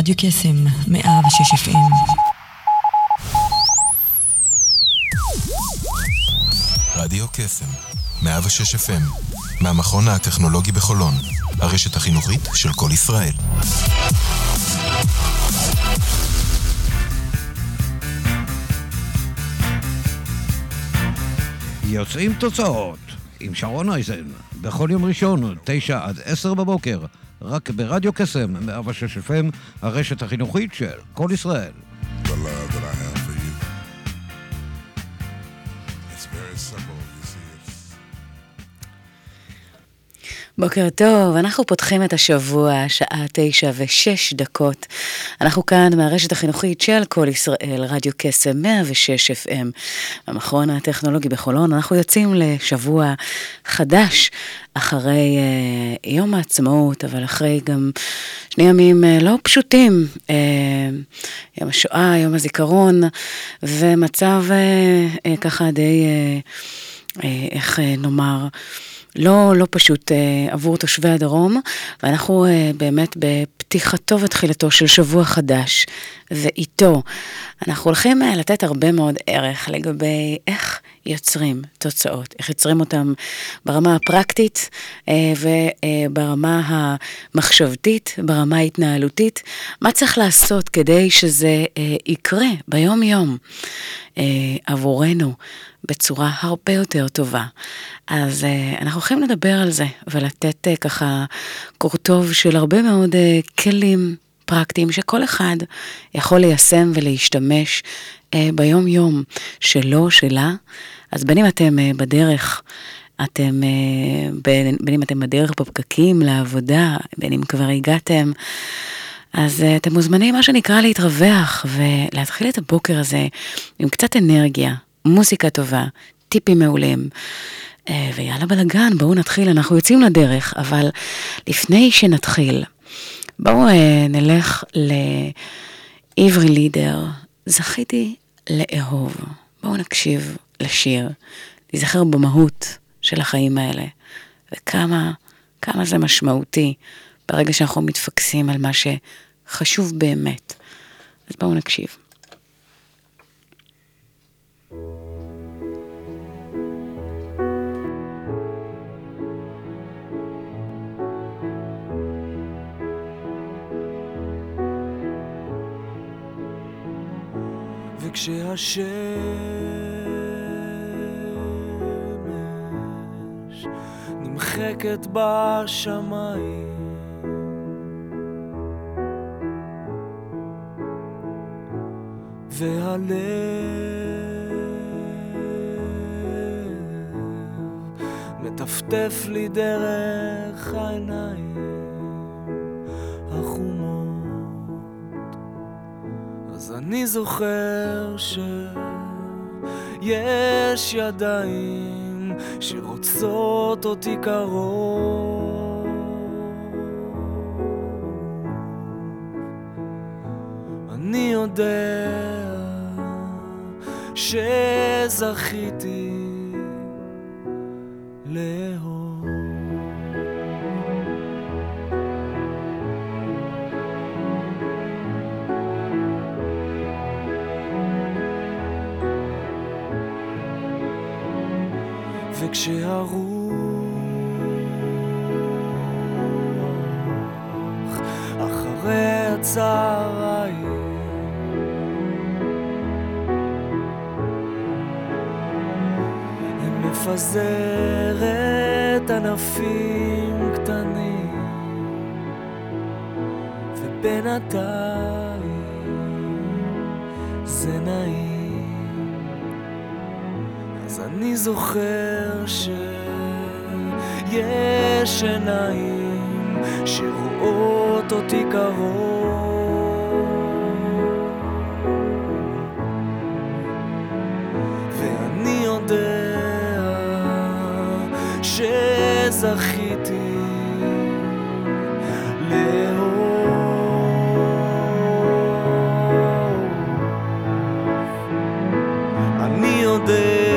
רדיו קסם 106 FM. רדיו קסם 106 FM מהמכון הטכנולוגי בחולון, הרשת החינוכית של כל ישראל. יוצאים תוצאות עם שרון אייזן בכל יום ראשון 9 עד 10 בבוקר, רק ברדיו קסם 106 FM, הרשת החינוכית של כל ישראל. The love that I have for you. It's very simple, you see. בוקר טוב, אנחנו פותחים את השבוע, שעה 9:06. אנחנו כאן מהרשת החינוכית של כל ישראל, רדיו קסם 106 FM, המכון הטכנולוגי בחולון. אנחנו יוצאים לשבוע חדש, אחרי יום העצמאות, אבל אחרי גם שני ימים לא פשוטים, יום השואה, יום הזיכרון, ומצב ככה די, איך נאמר, לא פשוט עבור תושבי הדרום, ואנחנו באמת בפתיחתו ותחילתו של שבוע חדש, ואיתו אנחנו הולכים לתת הרבה מאוד ערך לגבי איך יוצרים תוצאות, איך יוצרים אותם ברמה הפרקטית וברמה המחשבתית, ברמה ההתנהלותית, מה צריך לעשות כדי שזה יקרה ביום יום עבורנו בצורה הרבה יותר טובה. אז אנחנו הולכים לדבר על זה ולתת ככה קורטוב של הרבה מאוד כלים פרקטיים שכל אחד יכול ליישם ולהשתמש ביום יום שלו, שלה. אז בין אם אתם בדרך, בין אם אתם בדרך בפקקים לעבודה, בין אם כבר הגעתם, אז אתם מוזמנים מה שנקרא להתרווח ולהתחיל את הבוקר הזה עם קצת אנרגיה, מוזיקה טובה, טיפים מעולים, ויאללה בלגן, בואו נתחיל, אנחנו יוצאים לדרך, אבל לפני שנתחיל, בואו נלך לעברי לידר, זכיתי לאהוב. בואו נקשיב לשיר, נזכר במהות של החיים האלה, וכמה זה משמעותי ברגע שאנחנו מתפקסים על מה שחשוב באמת. אז בואו נקשיב. וכשהשמש נמחקת בשמיים והלב מטפטף לי דרך העיניים החומות, אז אני זוכר שיש ידיים שרוצות אותי קרוב. אני יודע שזכיתי לאהוב. וכשהרוח אחרי הצהריים היא מפזרת ענפים קטנים, ובינתיים זה נעים. אז אני זוכר שיש עיניים שרואות אותי קרוב, ואני יודע שזכיתי לאהוב. אני יודע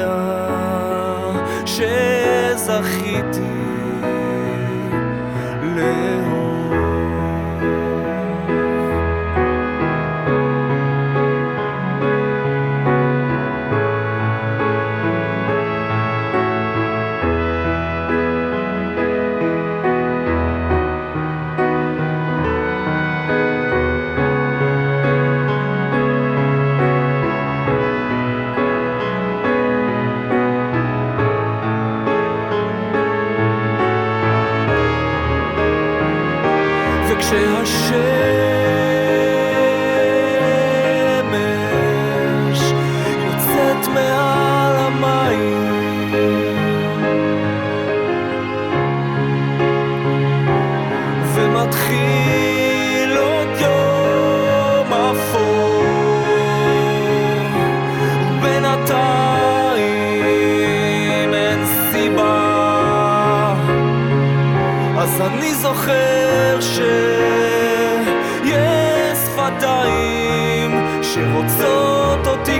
שזכיתי לאהוב. כשהשמש יוצאת מעל המים ומתחיל עוד יום אפור ובינתיים אין סיבה אז אני זוכר שיש שפתיים שרוצות אותי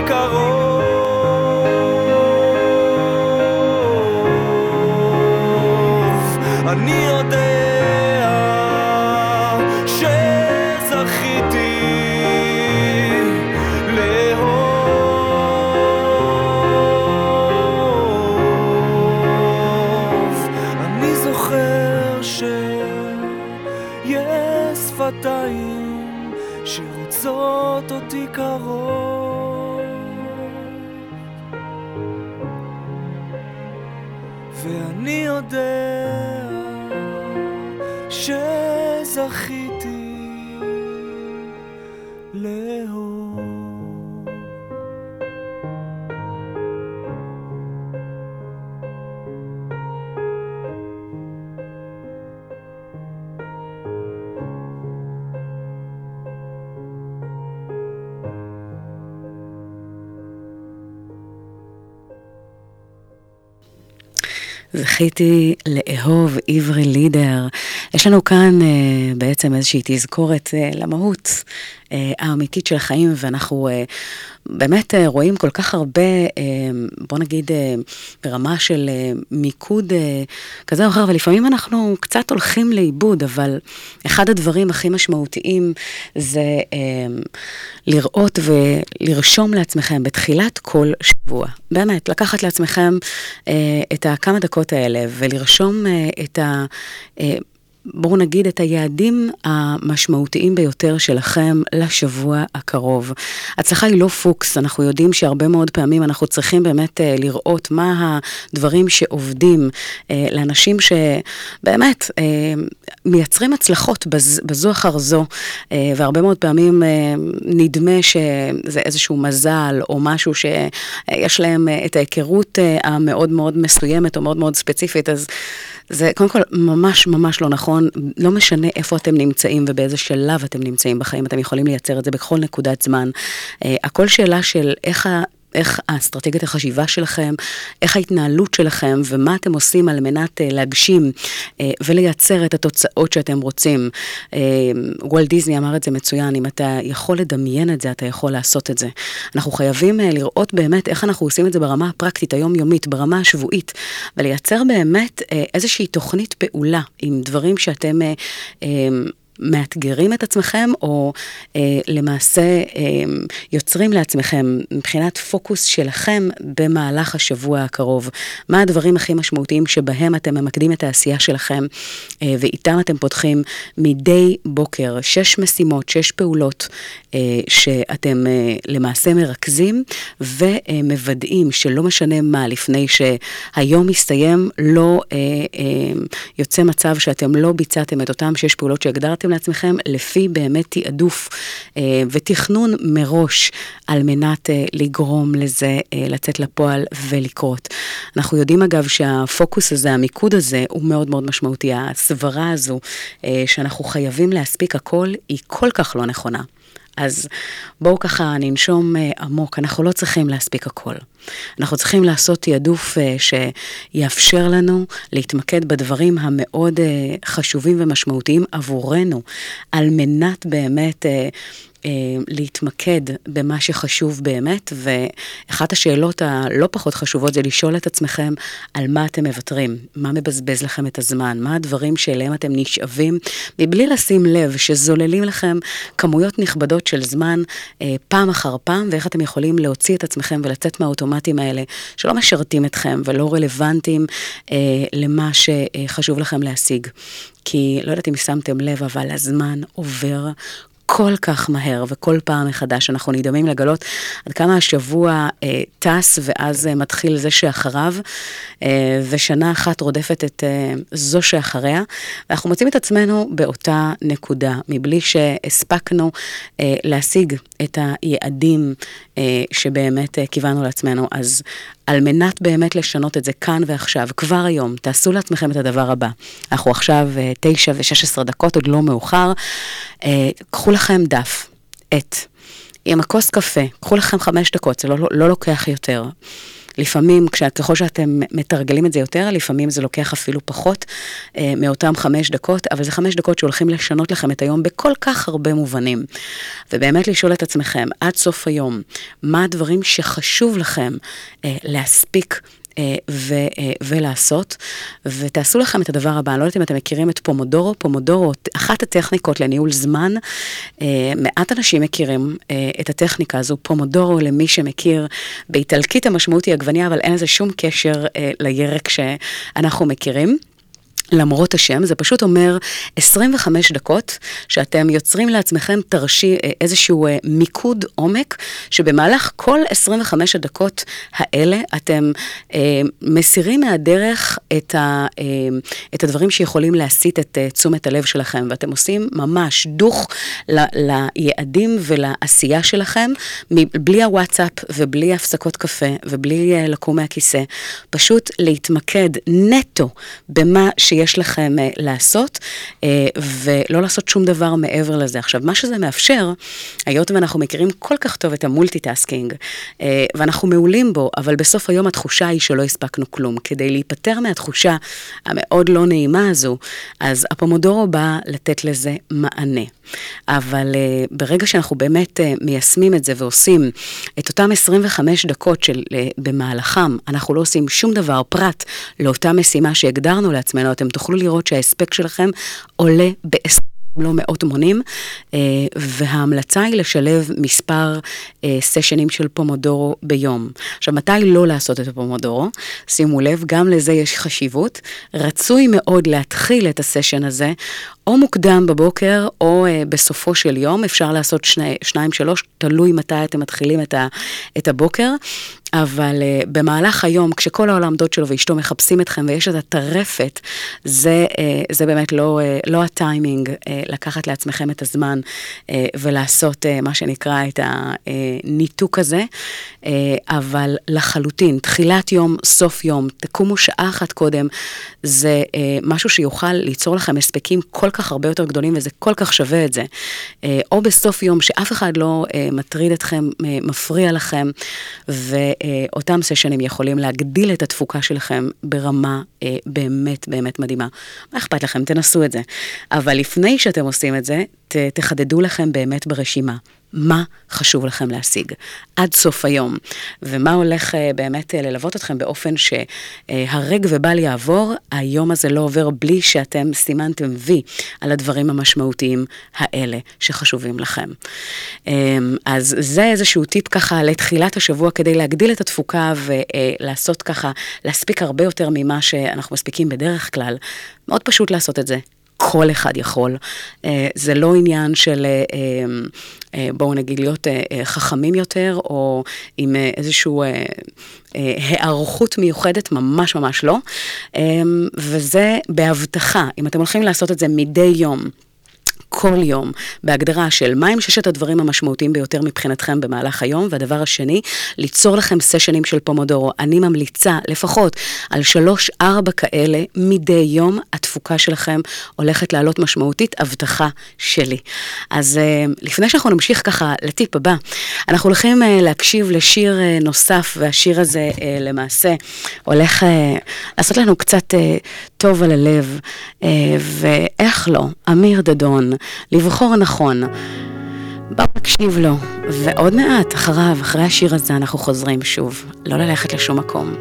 קרוב אני יודע שזכיתי לאהוב אני זוכר שיש שפתיים שרוצות אותי קרוב ואני יודע שזכיתי לאהוב זכיתי לאהוב עברי לידר. יש לנו כאן בעצם איזושהי תזכורת למהות האמיתית של החיים, ואנחנו באמת רואים כל כך הרבה, בוא נגיד, ברמה של מיקוד כזה או אחר, ולפעמים אנחנו קצת הולכים לאיבוד, אבל אחד הדברים הכי משמעותיים זה לראות ולרשום לעצמכם בתחילת כל שבוע. באמת, לקחת לעצמכם את הכמה דקות האלה ולרשום את בואו נגיד את היעדים המשמעותיים ביותר שלכם לשבוע הקרוב. הצלחה היא לא פוקס, אנחנו יודעים שהרבה מאוד פעמים אנחנו צריכים באמת לראות מה הדברים שעובדים לאנשים שבאמת מייצרים הצלחות בזו אחר זו, והרבה מאוד פעמים נדמה שזה איזשהו מזל או משהו שיש להם את ההיכרות המאוד מאוד מסוימת או מאוד מאוד ספציפית, אז זה קודם כל ממש ממש לא נכון, לא משנה איפה אתם נמצאים ובאיזה שלב אתם נמצאים בחיים, אתם יכולים לייצר את זה בכל נקודת זמן. הכל שאלה של איך האסטרטגיית החשיבה שלכם, איך ההתנהלות שלכם, ומה אתם עושים על מנת להגשים ולייצר את התוצאות שאתם רוצים. וולט דיזני אמר את זה מצוין, אם אתה יכול לדמיין את זה, אתה יכול לעשות את זה. אנחנו חייבים לראות באמת איך אנחנו עושים את זה ברמה הפרקטית, היומיומית, ברמה השבועית, ולייצר באמת איזושהי תוכנית פעולה, עם דברים שאתם מאתגרים את עצמכם, או למעשה יוצרים לעצמכם מבחינת פוקוס שלכם במהלך השבוע הקרוב. מה הדברים הכי משמעותיים שבהם אתם ממקדים את העשייה שלכם, ואיתם אתם פותחים מדי בוקר 6 משימות, 6 פעולות שאתם למעשה מרכזים ומוודאים שלא משנה מה לפני שהיום מסתיים, לא יוצא מצב שאתם לא ביצעתם את אותם 6 פעולות שהגדרתם לעצמכם לפי באמת תעדוף ותכנון מראש על מנת לגרום לזה לצאת לפועל ולקרות. אנחנו יודעים אגב שהפוקוס הזה, המיקוד הזה הוא מאוד מאוד משמעותי. הסברה הזו שאנחנו חייבים להספיק הכל היא כל כך לא נכונה. אז בואו ככה ננשום עמוק, אנחנו לא צריכים להספיק הכל. אנחנו צריכים לעשות תעדוף שיאפשר לנו להתמקד בדברים המאוד חשובים ומשמעותיים עבורנו, על מנת באמת להתמקד במה שחשוב באמת, ואחת השאלות הלא פחות חשובות זה לשאול את עצמכם על מה אתם מוותרים, מה מבזבז לכם את הזמן, מה הדברים שאליהם אתם נשאבים, מבלי לשים לב שזוללים לכם כמויות נכבדות של זמן פעם אחר פעם, ואיך אתם יכולים להוציא את עצמכם ולצאת מהאוטומטים האלה, שלא משרתים אתכם ולא רלוונטיים למה שחשוב לכם להשיג. כי לא יודעת אם שמתם לב, אבל הזמן עובר כל כך מהר, וכל פעם מחדש אנחנו נדהמים לגלות עד כמה השבוע טס, ואז מתחיל זה שאחריו, ושנה אחת רודפת את זו שאחריה, ואנחנו מוצאים את עצמנו באותה נקודה, מבלי שהספקנו להשיג את היעדים שבאמת כיוונו לעצמנו. אז על מנת באמת לשנות את זה כאן ועכשיו, כבר היום, תעשו לעצמכם את הדבר הבא. אנחנו עכשיו 9 ו-16 דקות, עוד לא מאוחר. קחו לכם דף, עם הכוס קפה, קחו לכם 5 דקות, זה לא לוקח יותר. לפעמים, ככל שאתם מתרגלים את זה יותר, לפעמים זה לוקח אפילו פחות מאותם 5 דקות, אבל זה 5 דקות שהולכים לשנות לכם את היום בכל כך הרבה מובנים. ובאמת לשאול את עצמכם, עד סוף היום, מה הדברים שחשוב לכם להספיק ולעשות, ותעשו לכם את הדבר הבא. אני לא יודעת אם אתם מכירים את פומודורו, אחת הטכניקות לניהול זמן, מעט אנשים מכירים את הטכניקה הזו, פומודורו למי שמכיר, באיטלקית המשמעות היא עגבניה, אבל אין לזה שום קשר לירק שאנחנו מכירים. למרות השם, זה פשוט אומר 25 דקות שאתם יוצרים לעצמכם איזשהו מיקוד עומק, שבמהלך כל 25 הדקות האלה אתם מסירים מהדרך את הדברים שיכולים להסיט את תשומת הלב שלכם, ואתם עושים ממש דוך ליעדים ולעשייה שלכם, בלי הוואטסאפ ובלי הפסקות קפה ובלי לקום מהכיסא, פשוט להתמקד נטו במה שיש לכם לעשות, ולא לעשות שום דבר מעבר לזה. עכשיו, מה שזה מאפשר, היות ואנחנו מכירים כל כך טוב את המולטיטאסקינג, ואנחנו מעולים בו, אבל בסוף היום התחושה היא שלא הספקנו כלום. כדי להיפטר מהתחושה המאוד לא נעימה הזו, אז הפומודורו בא לתת לזה מענה. אבל ברגע שאנחנו באמת מיישמים את זה ועושים את אותם 25 דקות במהלכם, אנחנו לא עושים שום דבר פרט לאותה משימה שהגדרנו לעצמנו, אתם תוכלו לראות שההספק שלכם עולה לא מאות מונים, וההמלצה היא לשלב מספר סשנים של פומודורו ביום. עכשיו, מתי לא לעשות את הפומודורו? שימו לב, גם לזה יש חשיבות. רצוי מאוד להתחיל את הסשן הזה, או מוקדם בבוקר, או בסופו של יום. אפשר לעשות 2-3, תלוי מתי אתם מתחילים את הבוקר. אבל במהלך היום, כשכל העולם דוד שלו ואשתו מחפשים אתכם, ויש את הטרפת, זה באמת לא הטיימינג לקחת לעצמכם את הזמן, ולעשות מה שנקרא את הניתוק הזה, אבל לחלוטין, תחילת יום, סוף יום, תקומו שעה אחת קודם, זה משהו שיוכל ליצור לכם הספקים כל כך הרבה יותר גדולים, וזה כל כך שווה את זה. או בסוף יום, שאף אחד לא מטריד אתכם, מפריע לכם, אותם סשנים יכולים להגדיל את התפוקה שלכם ברמה באמת באמת מדהימה. מה אכפת לכם? תנסו את זה. אבל לפני שאתם עושים את זה, תחדדו לכם באמת ברשימה. מה חשוב לכם להשיג עד סוף היום, ומה הולך באמת ללוות אתכם באופן שהרג ובל יעבור, היום הזה לא עובר בלי שאתם סימנתם וי על הדברים המשמעותיים האלה שחשובים לכם. אז זה איזשהו טיפ ככה לתחילת השבוע, כדי להגדיל את התפוקה ולעשות ככה, להספיק הרבה יותר ממה שאנחנו מספיקים בדרך כלל. מאוד פשוט לעשות את זה. כל אחד יכול. זה לא עניין של, בואו נגיד, להיות חכמים יותר, או עם איזשהו הערכות מיוחדת, ממש ממש לא. וזה בהבטחה. אם אתם הולכים לעשות את זה מדי יום, כל יום, בהגדרה של מהם 6 הדברים המשמעותיים ביותר מבחינתכם במהלך היום, והדבר השני, ליצור לכם סשנים של פומודורו. אני ממליצה לפחות על 3-4 כאלה מדי יום, התפוקה שלכם הולכת לעלות משמעותית, הבטחה שלי. אז לפני שאנחנו נמשיך ככה לטיפ הבא, אנחנו הולכים להקשיב לשיר נוסף, והשיר הזה למעשה הולך לעשות לנו קצת טוב על הלב, ואיך לא, אמיר דדון, לבחור נכון. בואו נקשיב לו, ועוד מעט אחריו, אחרי השיר הזה אנחנו חוזרים שוב, לא ללכת לשום מקום.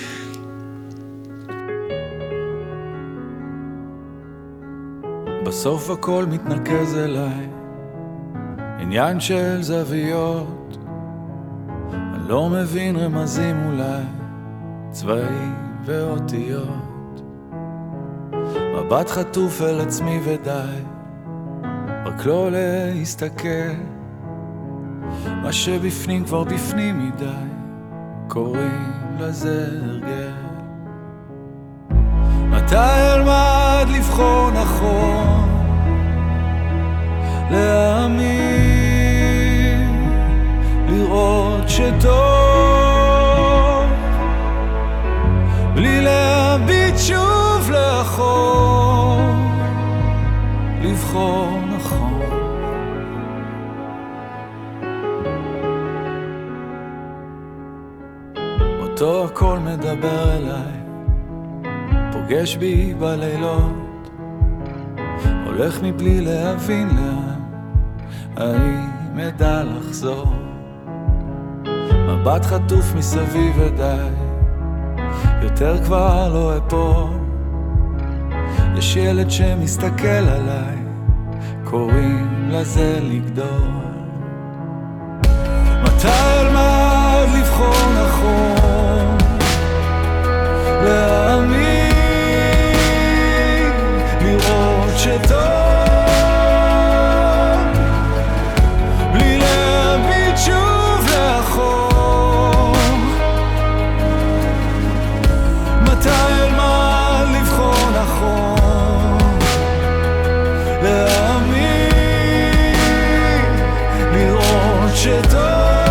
בסוף הכל מתנקז אליי, עניין של זוויות, אני לא מבין רמזים אולי, צבעים ואותיות, מבט חטוף אל עצמי ודי, רק לא להסתכל, מה שבפנים כבר בפנים מדי, קוראים לזה הרגל. מתי אלמד לבחור נכון, להאמין, לראות שטוב, בלי להביט שוב לאחור, לבחור נכון. אותו הכל מדבר אליי, פוגש בי בלילות, הולך מבלי להבין לאן, האם אדע לחזור. מבט חטוף מסביב ודי, יותר כבר לא אפול. יש ילד שמסתכל עליי, קוראים לזה לגדול. מתי אלמד לבחור נכון, להאמין, לראות שטוב, בלי להביט שוב לאחור. מתי אלמד לבחור נכון, להאמין, לראות שטוב,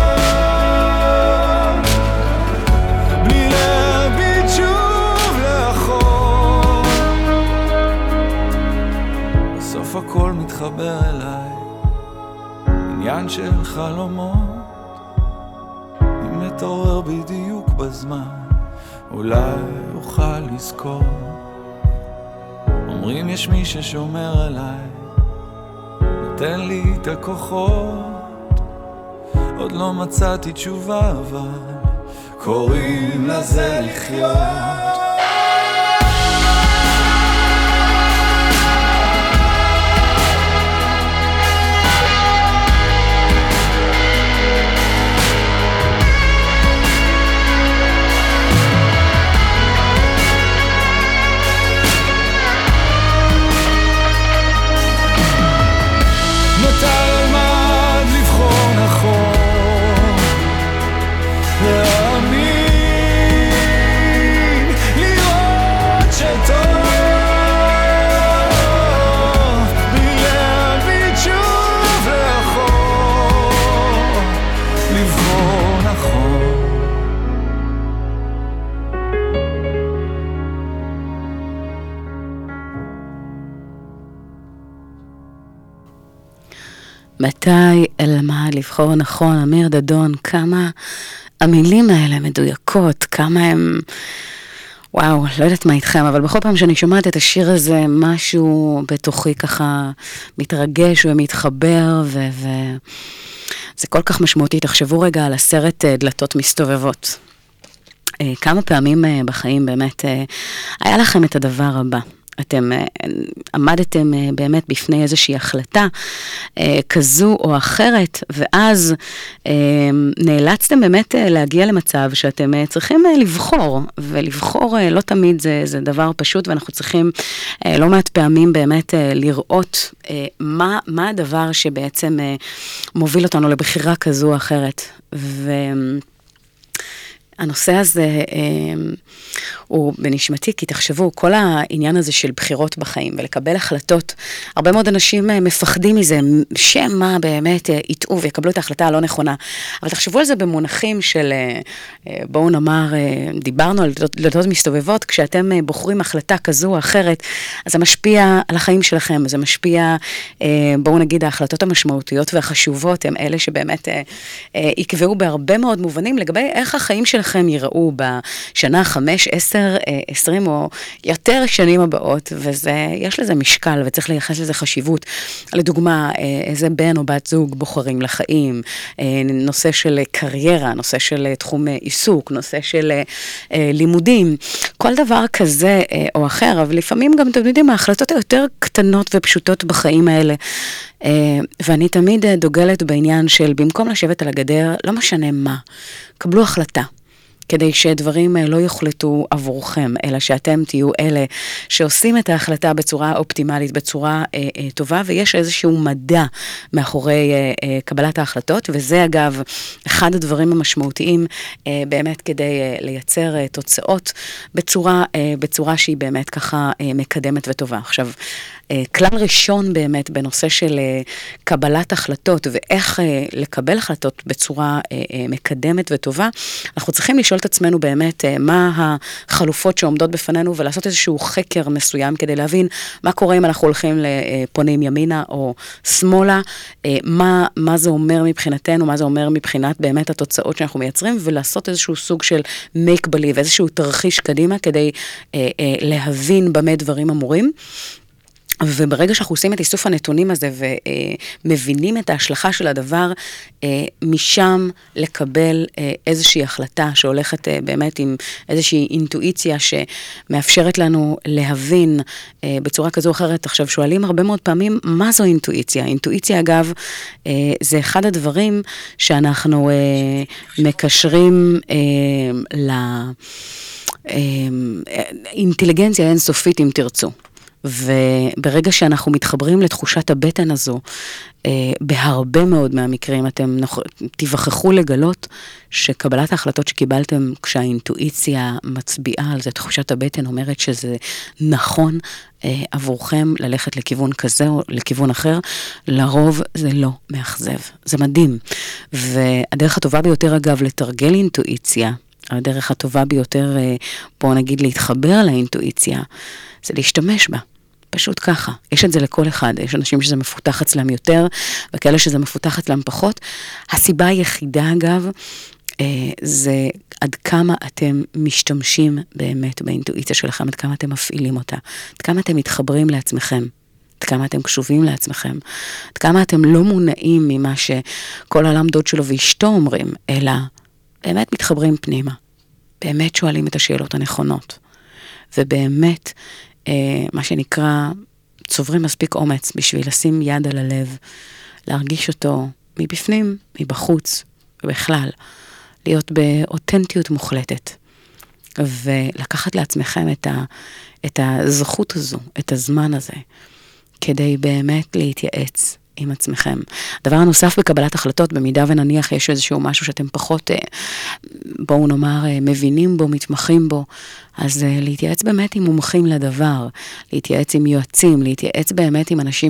הכל מתחבר אליי, עניין של חלומות, אם מתעורר בדיוק בזמן, אולי אוכל לזכור. אומרים יש מי ששומר עליי, נותן לי את הכוחות, עוד לא מצאתי תשובה אבל קוראים לזה לחיות. מתי אלמד לבחור נכון, אמיר דדון, כמה המילים האלה מדויקות, כמה הם, וואו, לא יודעת מה איתכם, אבל בכל פעם שאני שומעת את השיר הזה, משהו בתוכי ככה מתרגש ומתחבר, וזה כל כך משמעותי. תחשבו רגע על הסרט דלתות מסתובבות. כמה פעמים בחיים באמת היה לכם את הדבר הבא. אתם עמדתם באמת בפני איזושהי החלטה כזו או אחרת, ואז נאלצתם באמת להגיע למצב שאתם צריכים לבחור, ולבחור לא תמיד זה דבר פשוט, ואנחנו צריכים לא מעט פעמים באמת לראות מה הדבר שבעצם מוביל אותנו לבחירה כזו או אחרת. הנושא הזה הוא בנשמתי, כי תחשבו, כל העניין הזה של בחירות בחיים ולקבל החלטות, הרבה מאוד אנשים מפחדים מזה, שמה באמת יטעו ויקבלו את ההחלטה הלא נכונה. אבל תחשבו על זה במונחים של, בואו נאמר, דיברנו על דלתות מסתובבות, כשאתם בוחרים החלטה כזו או אחרת, אז זה משפיע על החיים שלכם, זה משפיע, בואו נגיד, ההחלטות המשמעותיות והחשובות, הם אלה שבאמת יקבעו בהרבה מאוד מובנים, לגבי איך החיים שלכם ייראו בשנה 5, 10, 20 או יותר שנים הבאות, ויש לזה משקל וצריך לייחס לזה חשיבות. לדוגמה, איזה בן או בת זוג בוחרים לחיים, נושא של קריירה, נושא של תחום עיסוק, נושא של לימודים, כל דבר כזה או אחר, אבל לפעמים גם, אתם יודעים, ההחלטות היותר קטנות ופשוטות בחיים האלה, ואני תמיד דוגלת בעניין של במקום לשבת על הגדר, לא משנה מה, קבלו החלטה. כדי שדברים לא יוחלטו עבורכם, אלא שאתם תהיו אלה שעושים את ההחלטה בצורה אופטימלית, בצורה טובה, ויש איזשהו מדע מאחורי קבלת ההחלטות, וזה אגב אחד הדברים המשמעותיים באמת כדי לייצר תוצאות בצורה שהיא באמת ככה מקדמת וטובה. עכשיו, כלל ראשון באמת בנושא של קבלת החלטות ואיך לקבל החלטות בצורה מקדמת וטובה, אנחנו צריכים לשאול את עצמנו באמת מה החלופות שעומדות בפנינו ולעשות איזשהו חקר מסוים כדי להבין מה קורה אם אנחנו הולכים לפונים ימינה או שמאלה, מה זה אומר מבחינתנו, מה זה אומר מבחינת באמת התוצאות שאנחנו מייצרים, ולעשות איזשהו סוג של make believe, איזשהו תרחיש קדימה כדי להבין במה דברים אמורים. וברגע שאנחנו עושים את איסוף הנתונים הזה ומבינים את ההשלכה של הדבר, משם לקבל איזושהי החלטה שהולכת באמת עם איזושהי אינטואיציה שמאפשרת לנו להבין בצורה כזו או אחרת. עכשיו שואלים הרבה מאוד פעמים, מה זו אינטואיציה? אינטואיציה אגב, זה אחד הדברים שאנחנו מקשרים לאינטליגנציה אינסופית אם תרצו. וברגע שאנחנו מתחברים לתחושת הבטן הזו, בהרבה מאוד מהמקרים אתם תיווכחו לגלות שקבלת ההחלטות שקיבלתם כשהאינטואיציה מצביעה על זה, תחושת הבטן אומרת שזה נכון עבורכם ללכת לכיוון כזה או לכיוון אחר, לרוב זה לא מאכזב, זה מדהים. והדרך הטובה ביותר אגב לתרגל אינטואיציה, הדרך הטובה ביותר, בואו נגיד להתחבר לאינטואיציה, זה להשתמש בה. פשוט ככה. יש את זה לכל אחד. יש אנשים שזה מפותח אצלם יותר, וכאלה שזה מפותח אצלם פחות. הסיבה היחידה, אגב, זה עד כמה אתם משתמשים באמת באינטואיציה שלכם, עד כמה אתם מפעילים אותה, עד כמה אתם מתחברים לעצמכם, עד כמה אתם קשובים לעצמכם, עד כמה אתם לא מונעים ממה שכל העולם דוד שלו ואשתו אומרים, אלא באמת מתחברים פנימה, באמת שואלים את השאלות הנכונות, ובאמת, מה שנקרא, צוברים מספיק אומץ בשביל לשים יד על הלב, להרגיש אותו מבפנים, מבחוץ, ובכלל, להיות באותנטיות מוחלטת, ולקחת לעצמכם את הזכות הזו, את הזמן הזה, כדי באמת להתייעץ עם עצמכם. הדבר הנוסף בקבלת החלטות, במידה ונניח יש איזשהו משהו שאתם פחות, בואו נאמר, מבינים בו, מתמחים בו, אז להתייעץ באמת עם מומחים לדבר, להתייעץ עם יועצים, להתייעץ באמת עם אנשים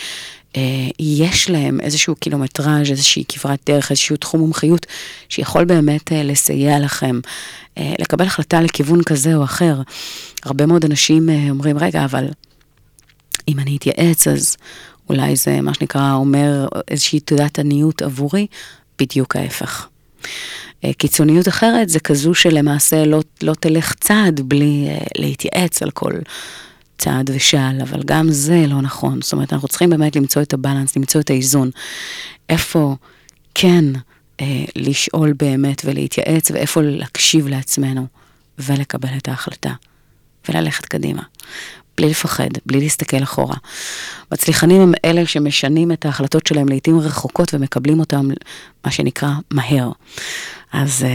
שיש להם איזשהו קילומטראז', איזושהי כברת דרך, איזשהו תחום מומחיות, שיכול באמת לסייע לכם, לקבל החלטה לכיוון כזה או אחר. הרבה מאוד אנשים אומרים, רגע, אבל אם אני אתייעץ, אז אולי זה מה שנקרא אומר איזושהי תעודת עניות עבורי, בדיוק ההפך. קיצוניות אחרת זה כזו שלמעשה לא תלך צעד בלי להתייעץ על כל צעד ושעל, אבל גם זה לא נכון. זאת אומרת, אנחנו צריכים באמת למצוא את הבלנס, למצוא את האיזון. איפה כן לשאול באמת ולהתייעץ, ואיפה להקשיב לעצמנו ולקבל את ההחלטה וללכת קדימה. בלי לפחד, בלי להסתכל אחורה. מצליחנים הם אלה שמשנים את ההחלטות שלהם לעתים רחוקות ומקבלים אותם, מה שנקרא, מהר. אז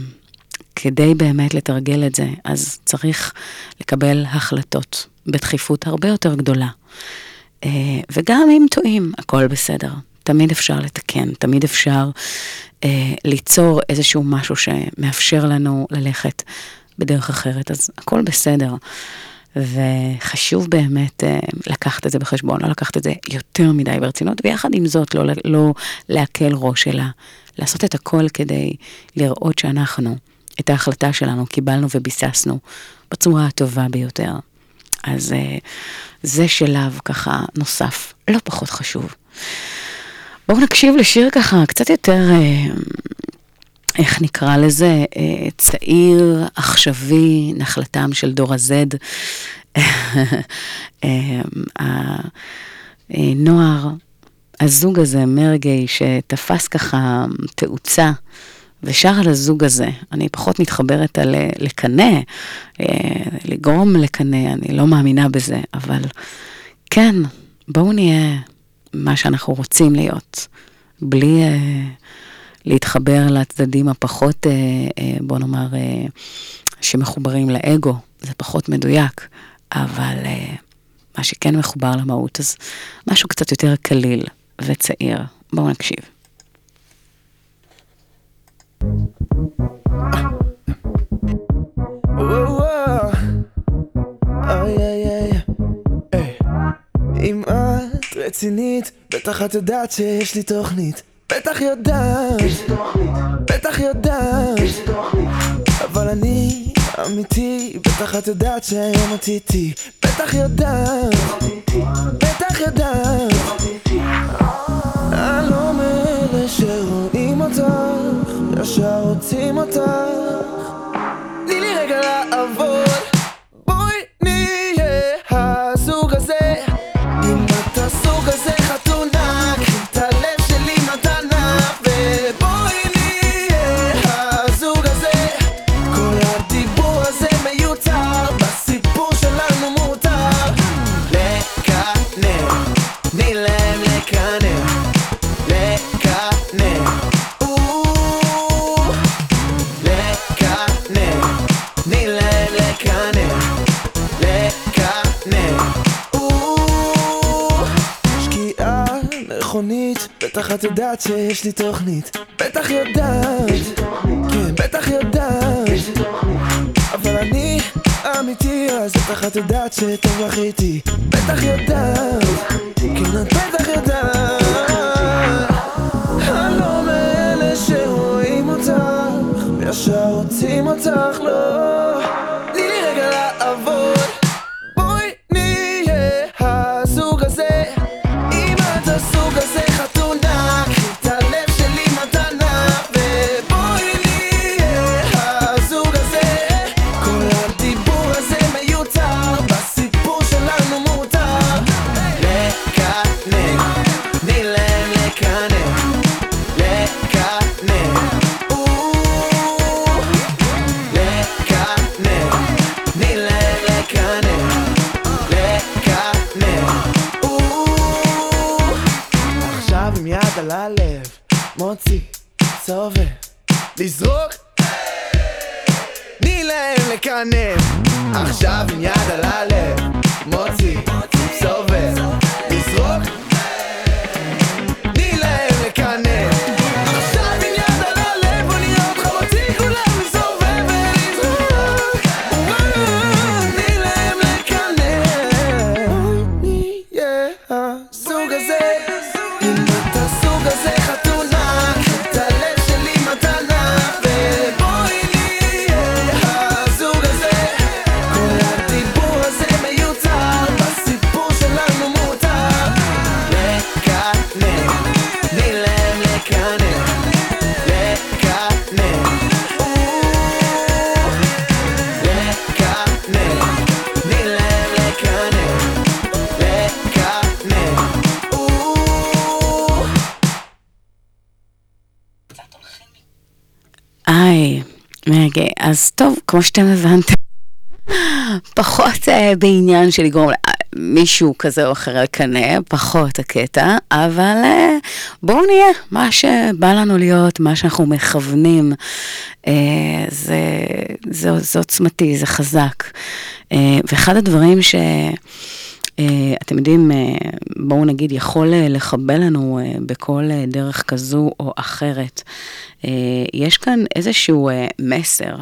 כדי באמת לתרגל את זה, אז צריך לקבל החלטות בדחיפות הרבה יותר גדולה. וגם אם טועים, הכל בסדר. תמיד אפשר לתקן, תמיד אפשר ליצור איזשהו משהו שמאפשר לנו ללכת בדרך אחרת, אז הכל בסדר. וחשוב באמת לקחת את זה בחשבון, לא לקחת את זה יותר מדי ברצינות, ויחד עם זאת לא להקל ראש, אלא לעשות את הכל כדי לראות שאנחנו, את ההחלטה שלנו, קיבלנו וביססנו בצורה הטובה ביותר. אז זה שלב ככה נוסף, לא פחות חשוב. בואו נקשיב לשיר ככה קצת יותר, איך נקרא לזה, צעיר, עכשווי, נחלתם של דור הזד, הנוער, הזוג הזה, מרגי, שתפס ככה תאוצה, ושר על הזוג הזה. אני פחות מתחברת על לקנה, לגרום לקנה, אני לא מאמינה בזה, אבל כן, בואו נהיה מה שאנחנו רוצים להיות, בלי להתחבר לצדדים הפחות, בוא נאמר, שמחוברים לאגו, זה פחות מדויק, אבל מה שכן מחובר למהות, אז משהו קצת יותר קליל וצעיר. בואו נקשיב. אם את רצינית, בטח את יודעת שיש לי תוכנית. בטח יודעת, בטח יודעת, אבל אני אמיתי, בטח את יודעת שהיום את איתי. בטח יודעת, בטח יודעת, אני לא מאלה שרואים אותך, ישר רוצים אותך. תני לי רגע לעבוד, בואי נהיה הזוג הזה. אם את הסוג הזה חתונה, קחי את הלב שלי מתנה, ובואי נהיה הזוג הזה. כל הדיבור הזה מיותר, בסיפור שלנו מותר לקנר, תני להם לקנר, לקנר, לקנר, תני להם לקנר, לקנר. שקיעה מכונית, בטח את יודעת שיש לי תוכנית. בטח יודעת, כן, בטח יודעת, אבל אני אמיתי, אז בטח את יודעת שטוב לך איתי. בטח יודעת, כן, את בטח יודעת, אני לא מאלה שרואים אותך, וישר רוצים אותך. לא, תני לי רגע לעבוד, בואי נהיה הזוג הזה. אם את הסוג הזה חתונה, קחי את הלב שלי מתנה, ובואי נהיה הזוג הזה. כל הדיבור הזה מיותר, בסיפור שלנו מותר לקנר, תני להם לקנר, לקנר, לקנר, תני להם לקנר, לקנר. עכשיו עם יד על הלב, מוציא, סובב, לזרוק, תני להם לקנר. עכשיו עם יד על הלב, מוציא, סובב, לזרוק, תני להם לקנר. עכשיו עם יד על הלב, בוא נראה אותך מוציא כולם לסובב ולזרוק, תני להם לקנר. נהיה הסוג הזה, אם את הסוג הזה חתונה, קחי את הלב שלי מתנה, ובואי נהיה הזוג הזה. כל הדיבור הזה מיותר, בסיפור שלנו מותר לקנר, תני להם לקנר, לקנר, לקנר, תני להם לקנר, לקנר. מרגע, אז טוב, כמו שאתם הבנתם, פחות בעניין של לגרום מישהו כזה או אחר לקנא, פחות הקטע, אבל בואו נהיה מה שבא לנו להיות, מה שאנחנו מכוונים, זה עוצמתי, זה חזק. ואחד הדברים אתם יודעים, בואו נגיד, יכול לחבל לנו בכל דרך כזו או אחרת. יש כאן איזשהו מסר,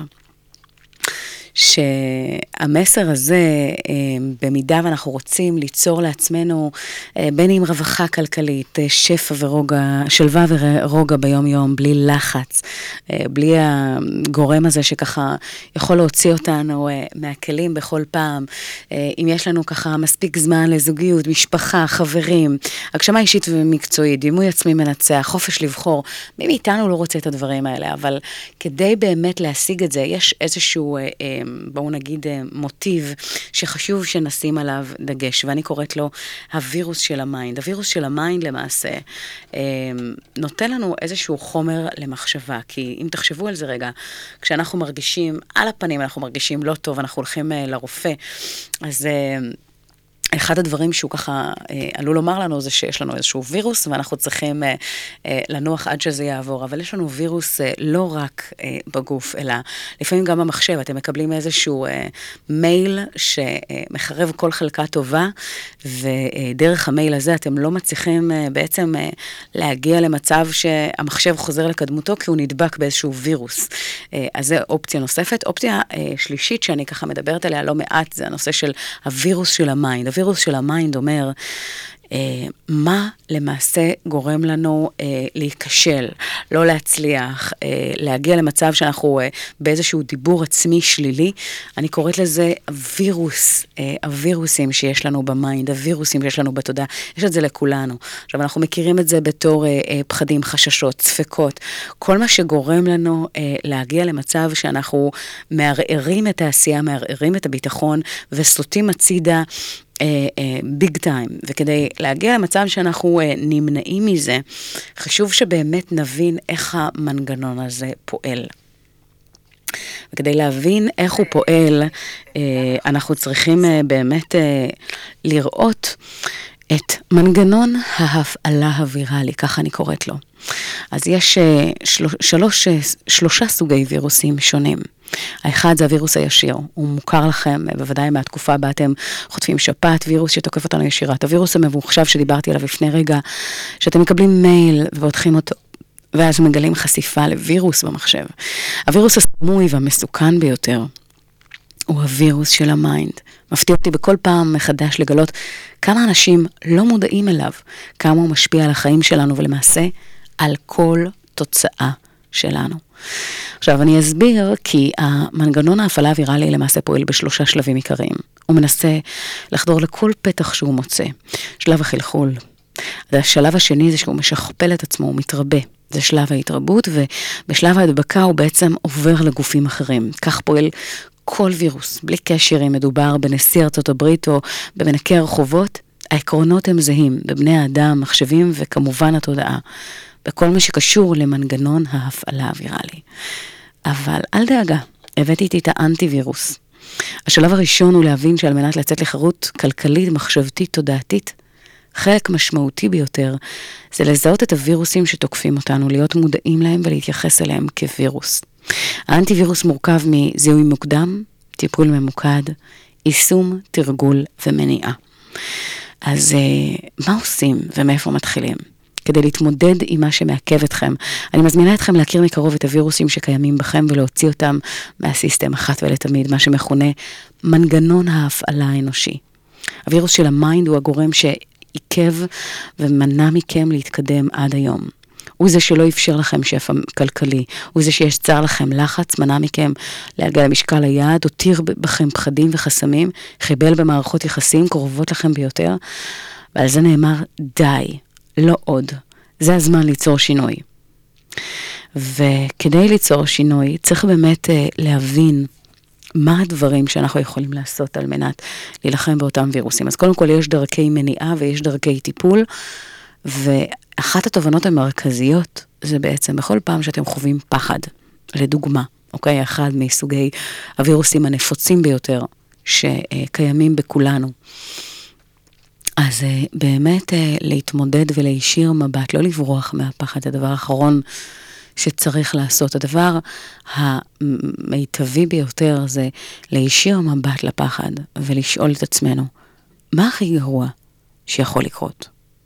שהמסר הזה, במידה ואנחנו רוצים ליצור לעצמנו, בין אם רווחה כלכלית, שפע ורוגע, שלווה ורוגע ביום יום, בלי לחץ, בלי הגורם הזה שככה יכול להוציא אותנו מהכלים בכל פעם, אם יש לנו ככה מספיק זמן לזוגיות, משפחה, חברים, הגשמה אישית ומקצועית, דימוי עצמי מנצח, חופש לבחור, מי מאיתנו לא רוצה את הדברים האלה, אבל כדי באמת להשיג את זה, יש איזשהו בואו נגיד מוטיב שחשוב שנשים עליו דגש, ואני קוראת לו הווירוס של המיינד. הווירוס של המיינד למעשה נותן לנו איזשהו חומר למחשבה, כי אם תחשבו על זה רגע, כשאנחנו מרגישים על הפנים, אנחנו מרגישים לא טוב, אנחנו הולכים לרופא, אז אחד הדברים שהוא ככה עלול לומר לנו זה שיש לנו איזשהו וירוס, ואנחנו צריכים לנוח עד שזה יעבור, אבל יש לנו וירוס לא רק בגוף, אלא לפעמים גם במחשב, אתם מקבלים איזשהו מייל שמחרב כל חלקה טובה, ודרך המייל הזה אתם לא מצליחים בעצם להגיע למצב שהמחשב חוזר לקדמותו, כי הוא נדבק באיזשהו וירוס. אז זה אופציה נוספת. אופציה שלישית שאני ככה מדברת עליה לא מעט, זה הנושא של הווירוס של המיינד. הווירוס של המיינד אומר, מה למעשה גורם לנו להיכשל, לא להצליח, להגיע למצב שאנחנו באיזשהו דיבור עצמי שלילי. אני קוראת לזה וירוס, הווירוסים שיש לנו במיינד, הווירוסים שיש לנו בתודעה, יש את זה לכולנו. עכשיו אנחנו מכירים את זה בתור פחדים, חששות, ספקות, כל מה שגורם לנו להגיע למצב שאנחנו מערערים את העשייה, מערערים את הביטחון וסוטים הצידה, ביג טיים, וכדי להגיע למצב שאנחנו נמנעים מזה, חשוב שבאמת נבין איך המנגנון הזה פועל. וכדי להבין איך הוא פועל, אנחנו צריכים באמת לראות את מנגנון ההפעלה הוויראלי, ככה אני קוראת לו. אז יש שלושה סוגי וירוסים שונים. האחד זה הווירוס הישיר, הוא מוכר לכם, בוודאי מהתקופה בה אתם חוטפים שפעת, וירוס שתוקף אותנו ישירת. הווירוס הממוחשב שדיברתי עליו לפני רגע, שאתם מקבלים מייל ובודחים אותו, ואז מגלים חשיפה לווירוס במחשב. הווירוס הסמוי והמסוכן ביותר, הוא הווירוס של המיינד. מפתיע אותי בכל פעם מחדש לגלות כמה אנשים לא מודעים אליו, כמה הוא משפיע על החיים שלנו, ולמעשה על כל תוצאה שלנו. עכשיו אני אסביר, כי המנגנון ההפעלה הוויראלי למעשה פועל בשלושה שלבים עיקריים. הוא מנסה לחדור לכל פתח שהוא מוצא. שלב החלחול. השלב השני זה שהוא משכפל את עצמו, הוא מתרבה. זה שלב ההתרבות, ובשלב ההדבקה הוא בעצם עובר לגופים אחרים. כך פועל כל וירוס, בלי קשר אם מדובר בנשיא ארצות הברית או במנקי הרחובות, העקרונות הם זהים, בבני האדם, מחשבים וכמובן התודעה, בכל מה שקשור למנגנון ההפעלה הוויראלי. אבל אל דאגה, הבאתי איתי את האנטי-וירוס. השלב הראשון הוא להבין שעל מנת לצאת לחירות כלכלית, מחשבתית, תודעתית, חלק משמעותי ביותר זה לזהות את הווירוסים שתוקפים אותנו, להיות מודעים להם ולהתייחס אליהם כווירוס. האנטי-וירוס מורכב מזיהוי מוקדם, טיפול ממוקד, יישום, תרגול ומניעה. אז מה עושים ומאיפה מתחילים? כדי להתמודד עם מה שמעכב אתכם, אני מזמינה אתכם להכיר מקרוב את הווירוסים שקיימים בכם ולהוציא אותם מהסיסטם אחת ולתמיד, מה שמכונה מנגנון ההפעלה האנושי. הווירוס של המיינד הוא הגורם שעיכב ומנע מכם להתקדם עד היום. הוא זה שלא אפשר לכם שפע כלכלי, הוא זה שיצר לכם לחץ, מנע מכם להגיע למשקל היעד, הותיר בכם פחדים וחסמים, חיבל במערכות יחסים קרובות לכם ביותר, ועל זה נאמר די, לא עוד. זה הזמן ליצור שינוי. וכדי ליצור שינוי, צריך באמת להבין מה הדברים שאנחנו יכולים לעשות על מנת להילחם באותם וירוסים. אז קודם כל יש דרכי מניעה ויש דרכי טיפול, ואחת התובנות המרכזיות זה בעצם בכל פעם שאתם חווים פחד, לדוגמה, אוקיי? אחד מסוגי הווירוסים הנפוצים ביותר שקיימים בכולנו. אז באמת להתמודד ולהישיר מבט, לא לברוח מהפחד, הדבר האחרון שצריך לעשות. הדבר המיטבי ביותר זה להישיר מבט לפחד ולשאול את עצמנו, מה הכי גרוע שיכול לקרות?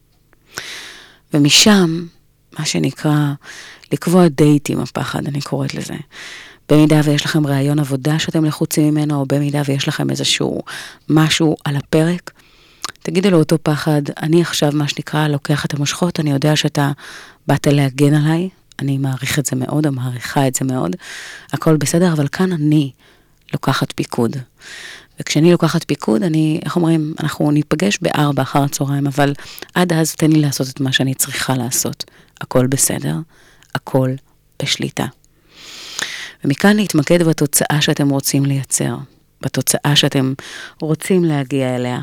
ומשם, מה שנקרא, לקבוע דייט עם הפחד, אני קוראת לזה. במידה ויש לכם רעיון עבודה שאתם לחוצים ממנו, או במידה ויש לכם איזשהו משהו על הפרק, תגידו לו אותו פחד, אני עכשיו מה שנקרא לוקח את המושכות, אני יודע שאתה באת להגן עליי, אני מעריך את זה מאוד, אני מעריכה את זה מאוד, הכל בסדר, אבל כאן אני לוקחת פיקוד. וכשאני לוקחת פיקוד, איך אומרים, אנחנו ניפגש ב-4 אחר הצהריים, אבל עד אז תן לי לעשות את מה שאני צריכה לעשות. הכל בסדר, הכל בשליטה. ומכאן להתמקד בתוצאה שאתם רוצים לייצר, בתוצאה שאתם רוצים להגיע אליה,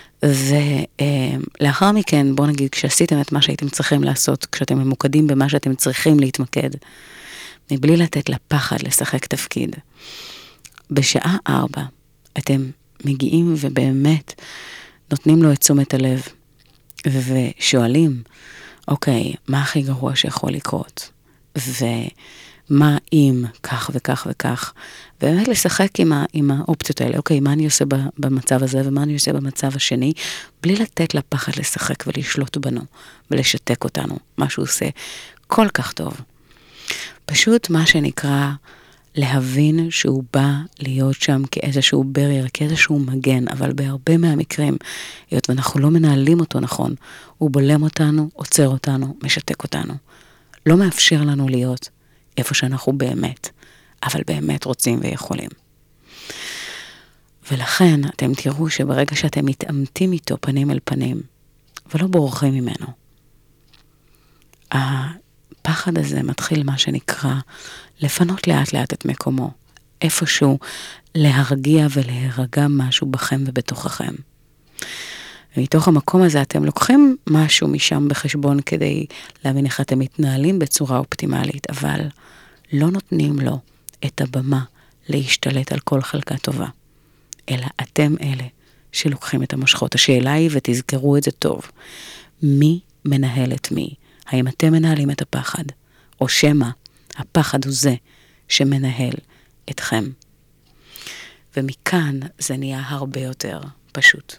ולאחר מכן, בואו נגיד, כשעשיתם את מה שהייתם צריכים לעשות, כשאתם ממוקדים במה שאתם צריכים להתמקד, מבלי לתת לפחד לשחק תפקיד, בשעה 4, אתם מגיעים ובאמת נותנים לו את תשומת הלב, ושואלים, אוקיי, מה הכי גרוע שיכול לקרות? ומה אם כך וכך וכך? ובאמת לשחק עם האופציות האלה, אוקיי, מה אני עושה במצב הזה, ומה אני עושה במצב השני, בלי לתת לפחד לשחק ולשלוט בנו, ולשתק אותנו, מה שהוא עושה כל כך טוב. פשוט מה שנקרא להבין שהוא בא להיות שם כאיזשהו בריר, כאיזשהו מגן, אבל בהרבה מהמקרים, היות ואנחנו לא מנהלים אותו נכון, הוא בולם אותנו, עוצר אותנו, משתק אותנו. לא מאפשר לנו להיות איפה שאנחנו באמת, אבל באמת רוצים ויכולים. ולכן אתם תראו שברגע שאתם מתעמתים איתו פנים אל פנים, ולא בורחים ממנו, הפחד הזה מתחיל מה שנקרא לפנות לאט לאט את מקומו, איפשהו להרגיע ולהירגע משהו בכם ובתוככם. ומתוך המקום הזה אתם לוקחים משהו משם בחשבון כדי להבין איך אתם מתנהלים בצורה אופטימלית, אבל לא נותנים לו את הבמה להשתלט על כל חלקה טובה, אלא אתם אלה שלוקחים את המושכות. השאלה היא, ותזכרו את זה טוב, מי מנהל את מי? האם אתם מנהלים את הפחד, או שמא הפחד הוא זה שמנהל אתכם? ומכאן זה נהיה הרבה יותר פשוט.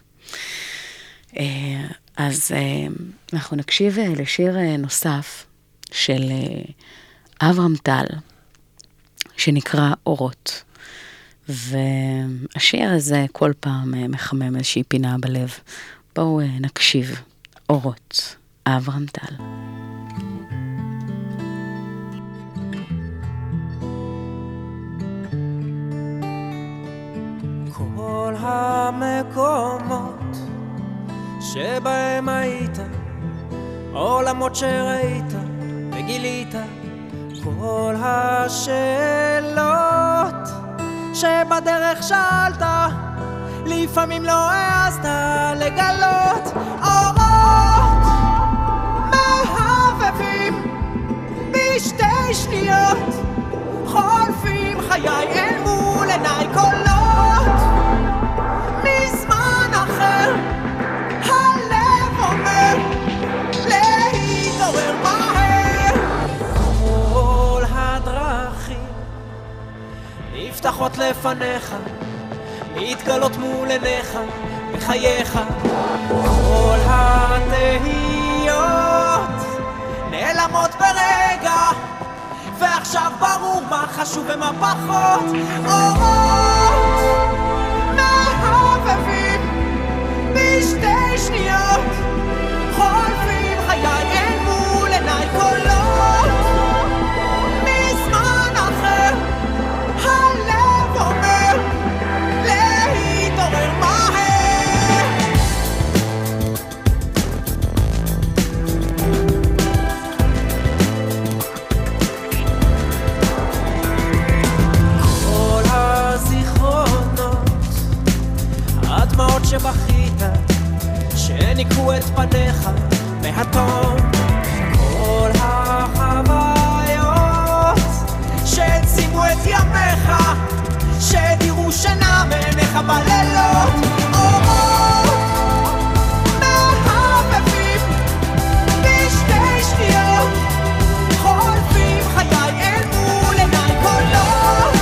אז אנחנו נקשיב לשיר נוסף של אברהם טל, שנקרא אורות. והשיר הזה כל פעם מחמם איזושהי פינה בלב. בואו נקשיב. אורות, אברהם טל. כל המקומות שבהם היית, עולמות שראית וגילית, כל השאלות שבדרך שאלת, לפעמים לא העזת לגלות. אורות מהבהבים בשתי שניות, חולפים חיי אל מול עיניי, קולות מזמן אחר, הלב אומר להתעורר מהר. כל הדרכים נפתחות לפניך, להתגלות מול עיניך בחייך, כל התהיות נעלמות ברגע, ועכשיו ברור מה חשוב ומה פחות. אורות מהבהבים בשתי שניות, חולפים חיי אל מול עיניי, קולות מזמן אחר, הלב אומר להתעורר מהר. כל הזיכרונות, הדמעות שבכית, שניקו את פניך מהתום, כל החוויות שהצימו את ימיך, שדירו שינה מעיניך בלילות. אורות מהבהבים בשתי שניות, חולפים חיי אל מול עיניי, קולות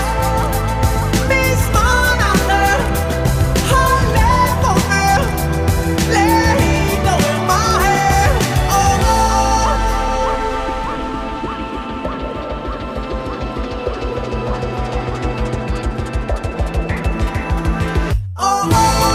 מזמן אחר, הלב אומר להתעורר מהר. אורות אורות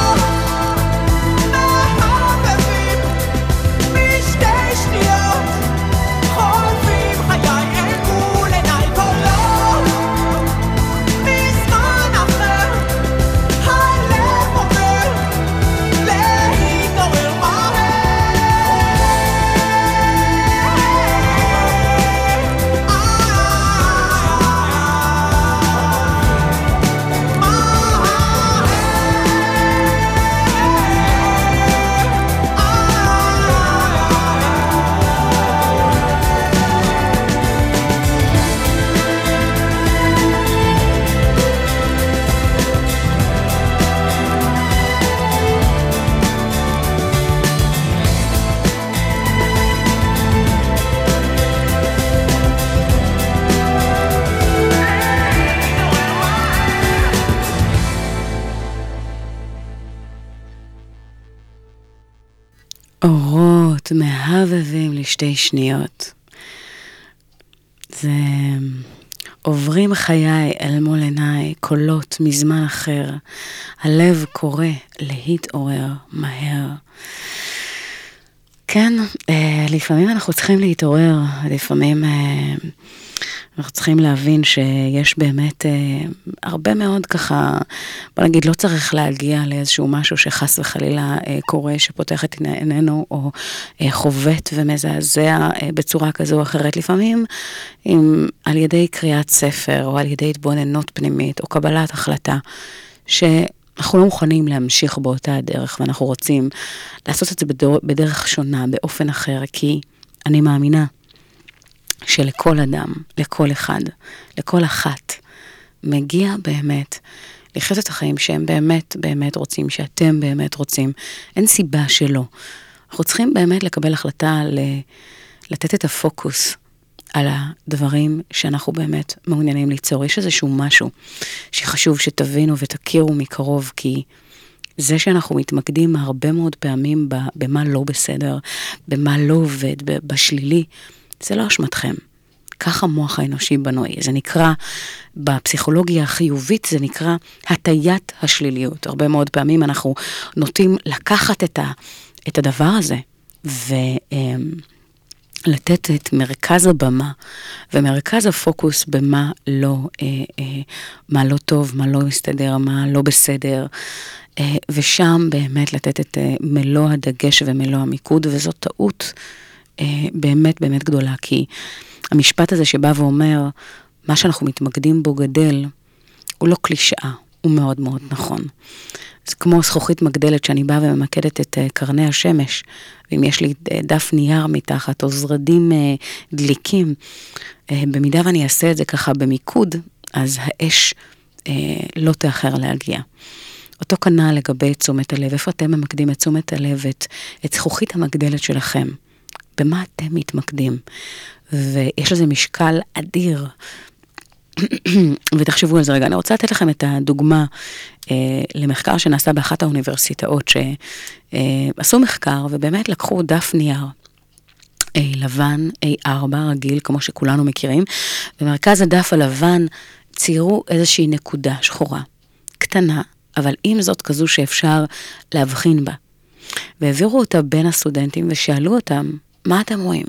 אורות מהבהבים לשתי שניות. זה עוברים חיי אל מול עיניי, קולות מזמן אחר. הלב קורא להתעורר מהר. כן, לפעמים אנחנו צריכים להתעורר, לפעמים אנחנו צריכים להבין שיש באמת הרבה מאוד ככה, בוא נגיד, לא צריך להגיע לאיזשהו משהו שחס וחלילה קורה, שפותח את עינינו, או חובט ומזעזע בצורה כזו או אחרת. לפעמים על ידי קריאת ספר, או על ידי התבוננות פנימית, או קבלת החלטה, אנחנו לא מוכנים להמשיך באותה הדרך, ואנחנו רוצים לעשות את זה בדרך שונה, באופן אחר, כי אני מאמינה שלכל אדם, לכל אחד, לכל אחת, מגיע באמת לחיות את החיים שהם באמת באמת רוצים, שאתם באמת רוצים. אין סיבה שלא. אנחנו צריכים באמת לקבל החלטה לתת את הפוקוס על הדברים שאנחנו באמת מעוניינים ליצור. יש איזשהו משהו שחשוב שתבינו ותכירו מקרוב, כי זה שאנחנו מתמקדים הרבה מאוד פעמים במה לא בסדר, במה לא עובד, בשלילי, זה לא אשמתכם. ככה המוח האנושי בנוי. זה נקרא, בפסיכולוגיה החיובית, זה נקרא הטיית השליליות. הרבה מאוד פעמים אנחנו נוטים לקחת את הדבר הזה, לתת את מרכז הבמה, ומרכז הפוקוס במה מה לא טוב, מה לא מסתדר, מה לא בסדר, ושם באמת לתת את מלוא הדגש ומלוא המיקוד, וזו טעות באמת באמת גדולה, כי המשפט הזה שבא ואומר, מה שאנחנו מתמקדים בו גדל, הוא לא קלישאה, הוא מאוד מאוד נכון. זה כמו זכוכית מגדלת שאני באה וממקדת את קרני השמש, ואם יש לי דף נייר מתחת או זרדים דליקים, במידה ואני אעשה את זה ככה במיקוד, אז האש לא תאחר להגיע. אותו כנ"ל לגבי תשומת הלב, איפה אתם ממקדים את תשומת הלב, את זכוכית המגדלת שלכם? במה אתם מתמקדים? ויש לזה משקל אדיר. ותחשבו על זה רגע. אני רוצה לתת לכם את הדוגמה למחקר שנעשה באחת האוניברסיטאות, שעשו מחקר ובאמת לקחו דף נייר לבן, A4 רגיל, כמו שכולנו מכירים, במרכז הדף הלבן ציירו איזושהי נקודה שחורה, קטנה, אבל עם זאת כזו שאפשר להבחין בה. והעבירו אותה בין הסטודנטים ושאלו אותם, מה אתם רואים?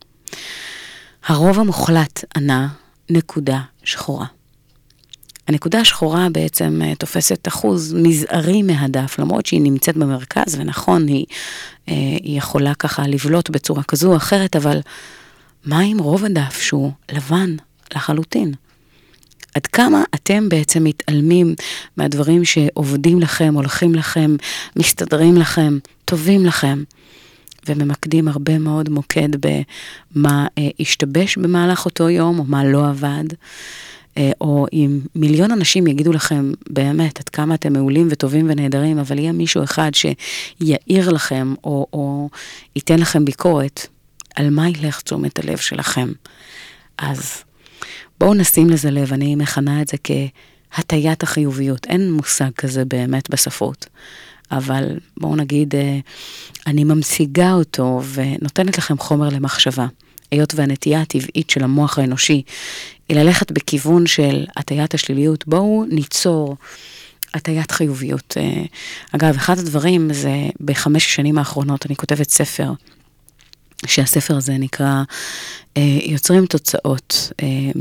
הרוב המוחלט ענה, נקודה שחורה. הנקודה השחורה בעצם תופסת אחוז מזערי מהדף, למרות שהיא נמצאת במרכז, ונכון, היא יכולה ככה לבלוט בצורה כזו או אחרת, אבל מה עם רוב הדף שהוא לבן לחלוטין? עד כמה אתם בעצם מתעלמים מהדברים שעובדים לכם, הולכים לכם, מסתדרים לכם, טובים לכם, וממקדים הרבה מאוד מוקד במה השתבש במהלך אותו יום, או מה לא עבד, או אם מיליון אנשים יגידו לכם באמת עד כמה אתם מעולים וטובים ונהדרים, אבל יהיה מישהו אחד שיעיר לכם, או ייתן לכם ביקורת, על מה ילך תשומת הלב שלכם. אז בואו נשים לזה לב, אני מכנה את זה כהטיית החיוביות, אין מושג כזה באמת בשפות. אבל בואו נגיד, אני ממשיגה אותו ונותנת לכם חומר למחשבה. היות והנטייה הטבעית של המוח האנושי היא ללכת בכיוון של הטיית השליליות, בואו ניצור הטיית חיוביות. אגב, אחד הדברים זה ב5 השנים האחרונות, אני כותבת ספר, שהספר הזה נקרא יוצרים תוצאות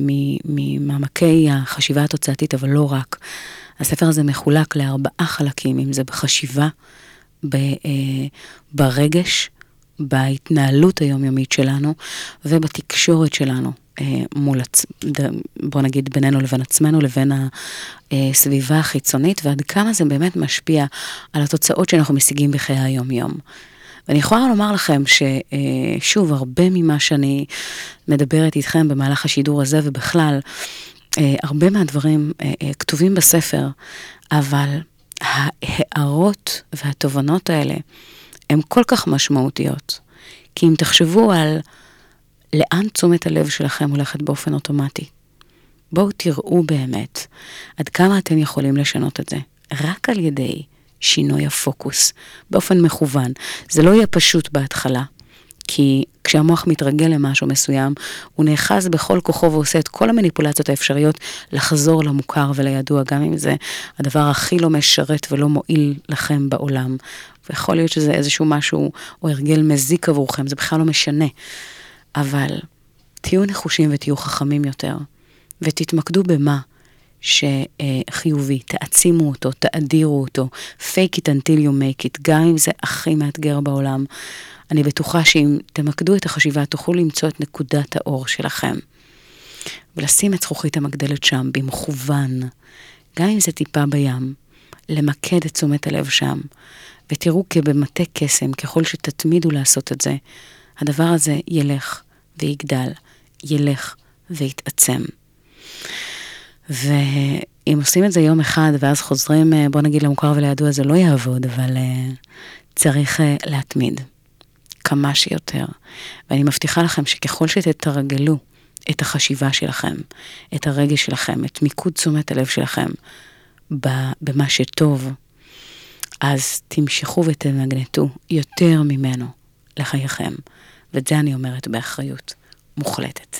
ממעמקי החשיבה התוצאתית, אבל לא רק. הספר הזה מחולק ל4 חלקים, אם זה בחשיבה, ברגש, בהתנהלות היומיומית שלנו, ובתקשורת שלנו, בוא נגיד בינינו לבין עצמנו, לבין הסביבה החיצונית, ועד כמה זה באמת משפיע על התוצאות שאנחנו משיגים בחיי היום-יום. ואני יכולה לומר לכם ששוב, הרבה ממה שאני מדברת איתכם במהלך השידור הזה, ובכלל, הרבה מהדברים כתובים בספר, אבל ההערות והתובנות האלה הן כל כך משמעותיות. כי אם תחשבו על לאן תשומת הלב שלכם הולכת באופן אוטומטי, בואו תראו באמת עד כמה אתם יכולים לשנות את זה, רק על ידי שינוי הפוקוס, באופן מכוון. זה לא יהיה פשוט בהתחלה, כי כשהמוח מתרגל למשהו מסוים, הוא נאחז בכל כוחו ועושה את כל המניפולציות האפשריות לחזור למוכר ולידוע, גם אם זה הדבר הכי לא משרת ולא מועיל לכם בעולם. ויכול להיות שזה איזשהו משהו או הרגל מזיק עבורכם, זה בכלל לא משנה. אבל תהיו נחושים ותהיו חכמים יותר, ותתמקדו במה שחיובי, תעצימו אותו, תאדירו אותו, fake it until you make it, גם אם זה הכי מאתגר בעולם. אני בטוחה שאם תמקדו את החשיבה, תוכלו למצוא את נקודת האור שלכם, ולשים את זכוכית המגדלת שם, במכוון, גם אם זה טיפה בים, למקד את תשומת הלב שם, ותראו כבמטה קסם, ככל שתתמידו לעשות את זה, הדבר הזה ילך ויגדל, ילך ויתעצם. ואם עושים את זה יום אחד, ואז חוזרים, בוא נגיד למוכר ולידוע, זה לא יעבוד, אבל צריך להתמיד כמה שיותר. ואני מבטיחה לכם שככל שתתרגלו את החשיבה שלכם, את הרגש שלכם, את מיקוד תשומת הלב שלכם, במה שטוב, אז תמשכו ותמגנטו יותר ממנו לחייכם. ואת זה אני אומרת באחריות מוחלטת.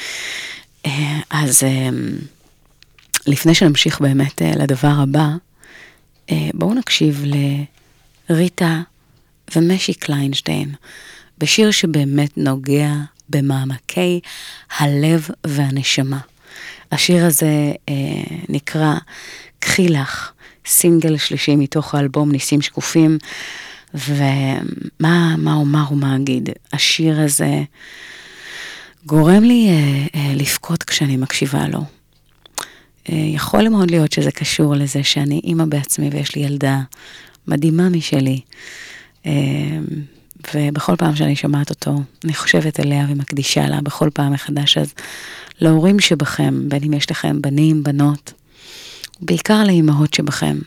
אז לפני שנמשיך באמת לדבר הבא, בואו נקשיב לריטה ומשי קליינשטיין, בשיר שבאמת נוגע במעמקי הלב והנשמה. השיר הזה נקרא קחי לך, סינגל שלישי מתוך האלבום ניסים שקופים, ומה אומר ומה אגיד. השיר הזה גורם לי לפקות כשאני מקשיבה לו. יכול מאוד להיות שזה קשור לזה שאני אימא בעצמי ויש לי ילדה מדהימה משלי, ובכל פעם שאני שומעת אותו, אני חושבת אליה ומקדישה לה בכל פעם מחדש. אז להורים שבכם, בין אם יש לכם בנים, בנות, בעיקר לאימהות שבכם,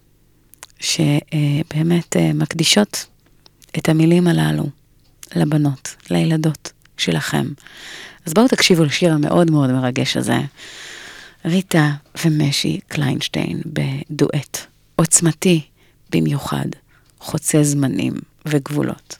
שבאמת מקדישות את המילים הללו לבנות, לילדות שלכם. אז בואו תקשיבו לשיר המאוד מאוד מרגש הזה, ריטה ומשי קליינשטיין בדואט, עוצמתי במיוחד, חוצה זמנים וגבולות.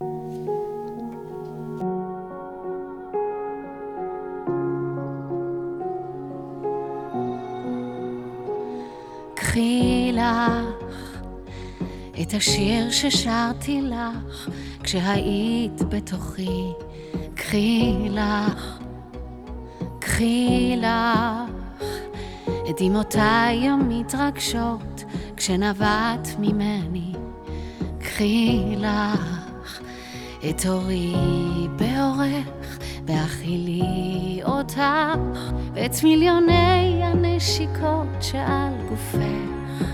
קחי לך את השיר ששרתי לך כשהיית בתוכי, קחי לך, קחי לך את דמעותיי המתרגשות כשנבעת ממני, קחי לך את אורי באורך והכילי אותך ואת מיליוני הנשיקות שעל גופך,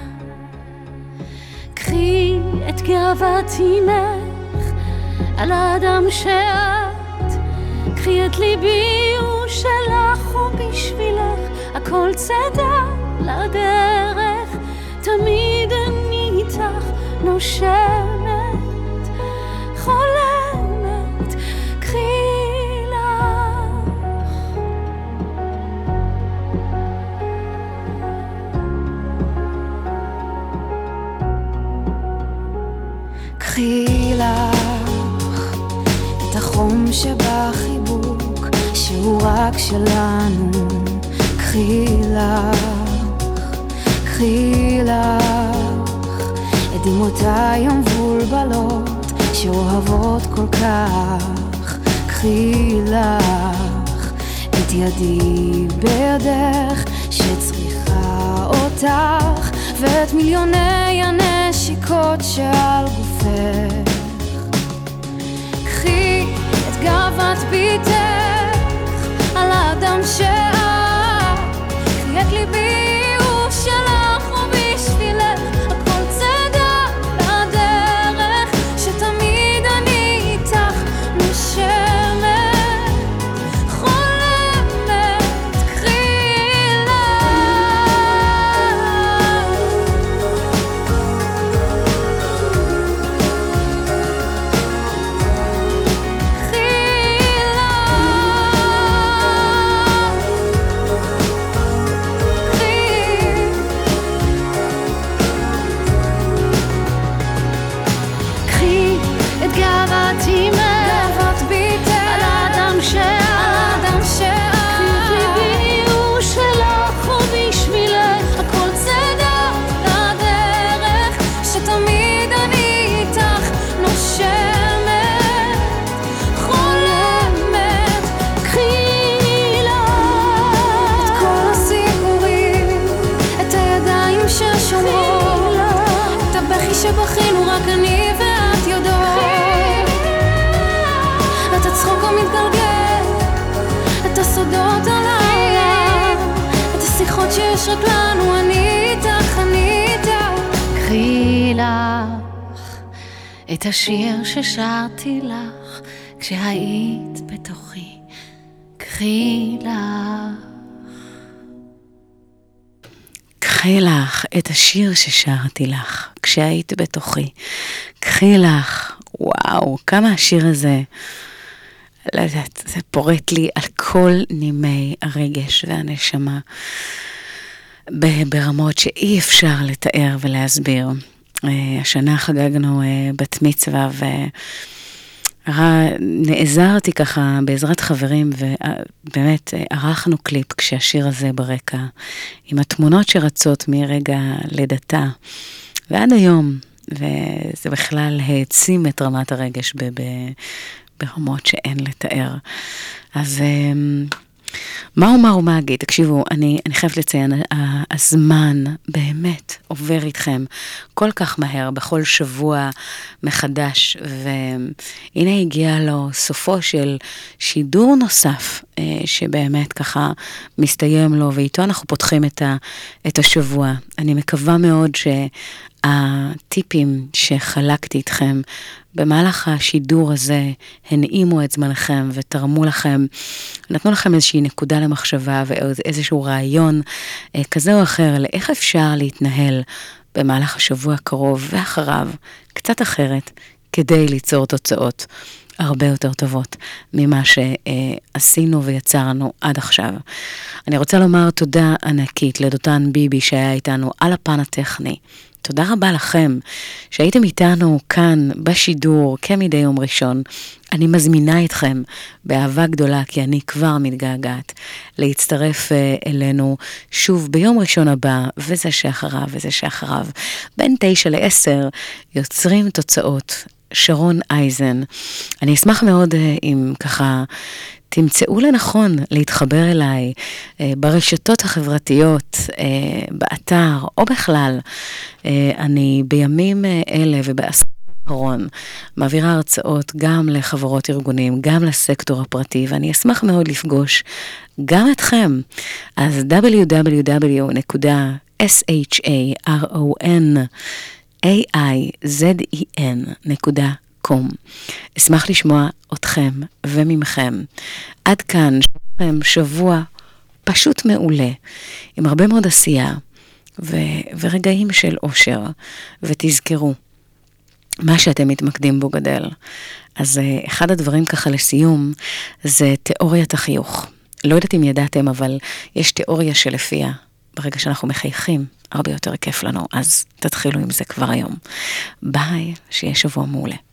קחי את גאוות אימך על האדם שאת, קחי את ליבי הוא שלך ובשבילך הכל צדה לדרך, תמיד אני איתך נושמת חולמת, קחי לך. קחי לך את החום שבחיבוק שהוא רק שלנו, קחי לך, קחי לך את דמעותיי המבולבלות שאוהבות כל כך, קחי לך את ידי בידך שצריכה אותך ואת מיליוני הנשיקות שעל גופך, קחי את גאוות ביתך על האדם שאת, קחי את ליבי הוא שלך ובשבילך הכל צדה לדרך, שתמיד אני איתך נושמת חולמת, קחי לך. קחי את גאוות אימך, גאוות ביתך, על האדם שאת, קחי את ליבי הוא שלך ובשבילך, הכל צדק לדרך, שתמיד אני איתך נושמת, חולמת, קחי לך את כל הסיפורים, את הידיים ששומרות, את הבכי שבכינו רק אני ואת יודעות, את הצחוק המתגלגל, את הסודות על הים, את השיחות שיש רק לנו, אני איתך, אני איתך. קחי לך את השיר ששרתי לך כשהיית בתוכי, קחי לך. קחי לך את השיר ששרתי לך כשהיית בתוכי, קחי לך. וואו, כמה השיר הזה, לא יודעת, זה פורט לי על כל נימי הרגש והנשמה, ברמות שאי אפשר לתאר ולהסביר. השנה חגגנו בת מצווה נעזרתי ככה בעזרת חברים, ובאמת ערכנו קליפ כשהשיר הזה ברקע, עם התמונות שרצות מרגע לידתה ועד היום, וזה בכלל העצים את רמת הרגש ברמות שאין לתאר. אז מה אומר ומה אגיד? תקשיבו, אני חייבת לציין, הזמן באמת עובר איתכם כל כך מהר, בכל שבוע מחדש, והנה הגיע לו סופו של שידור נוסף, שבאמת ככה מסתיים לו, ואיתו אנחנו פותחים את השבוע. אני מקווה מאוד שהטיפים שחלקתי איתכם במהלך השידור הזה הנעימו את זמנכם ותרמו לכם, נתנו לכם איזושהי נקודה למחשבה ואיזשהו רעיון כזה או אחר לאיך אפשר להתנהל במהלך השבוע הקרוב ואחריו קצת אחרת, כדי ליצור תוצאות הרבה יותר טובות ממה שעשינו ויצרנו עד עכשיו. אני רוצה לומר תודה ענקית לדותן ביבי שהיה איתנו על הפן הטכני. תודה רבה לכם שהייתם איתנו כאן בשידור כמדי יום ראשון. אני מזמינה אתכם באהבה גדולה, כי אני כבר מתגעגעת להצטרף אלינו שוב ביום ראשון הבא, וזה שאחריו וזה שאחריו. בין 9 ל-10 יוצרים תוצאות. שרון אייזן. אני אשמח מאוד אם ככה תמצאו לנכון להתחבר אליי ברשתות החברתיות, באתר או בכלל. אני בימים אלה ובעשור האחרון מעבירה הרצאות גם לחברות ארגונים, גם לסקטור הפרטי, ואני אשמח מאוד לפגוש גם אתכם. אז www.sharon.com. אשמח לשמוע אתכם וממכם. עד כאן שבוע פשוט מעולה, עם הרבה מאוד עשייה ורגעים של אושר, ותזכרו, מה שאתם מתמקדים בו גדל. אז אחד הדברים ככה לסיום, זה תיאוריית החיוך. לא יודעת אם ידעתם, אבל יש תיאוריה שלפיה, ברגע שאנחנו מחייכים, הרבה יותר כיף לנו, אז תתחילו עם זה כבר היום. ביי, שיהיה שבוע מעולה.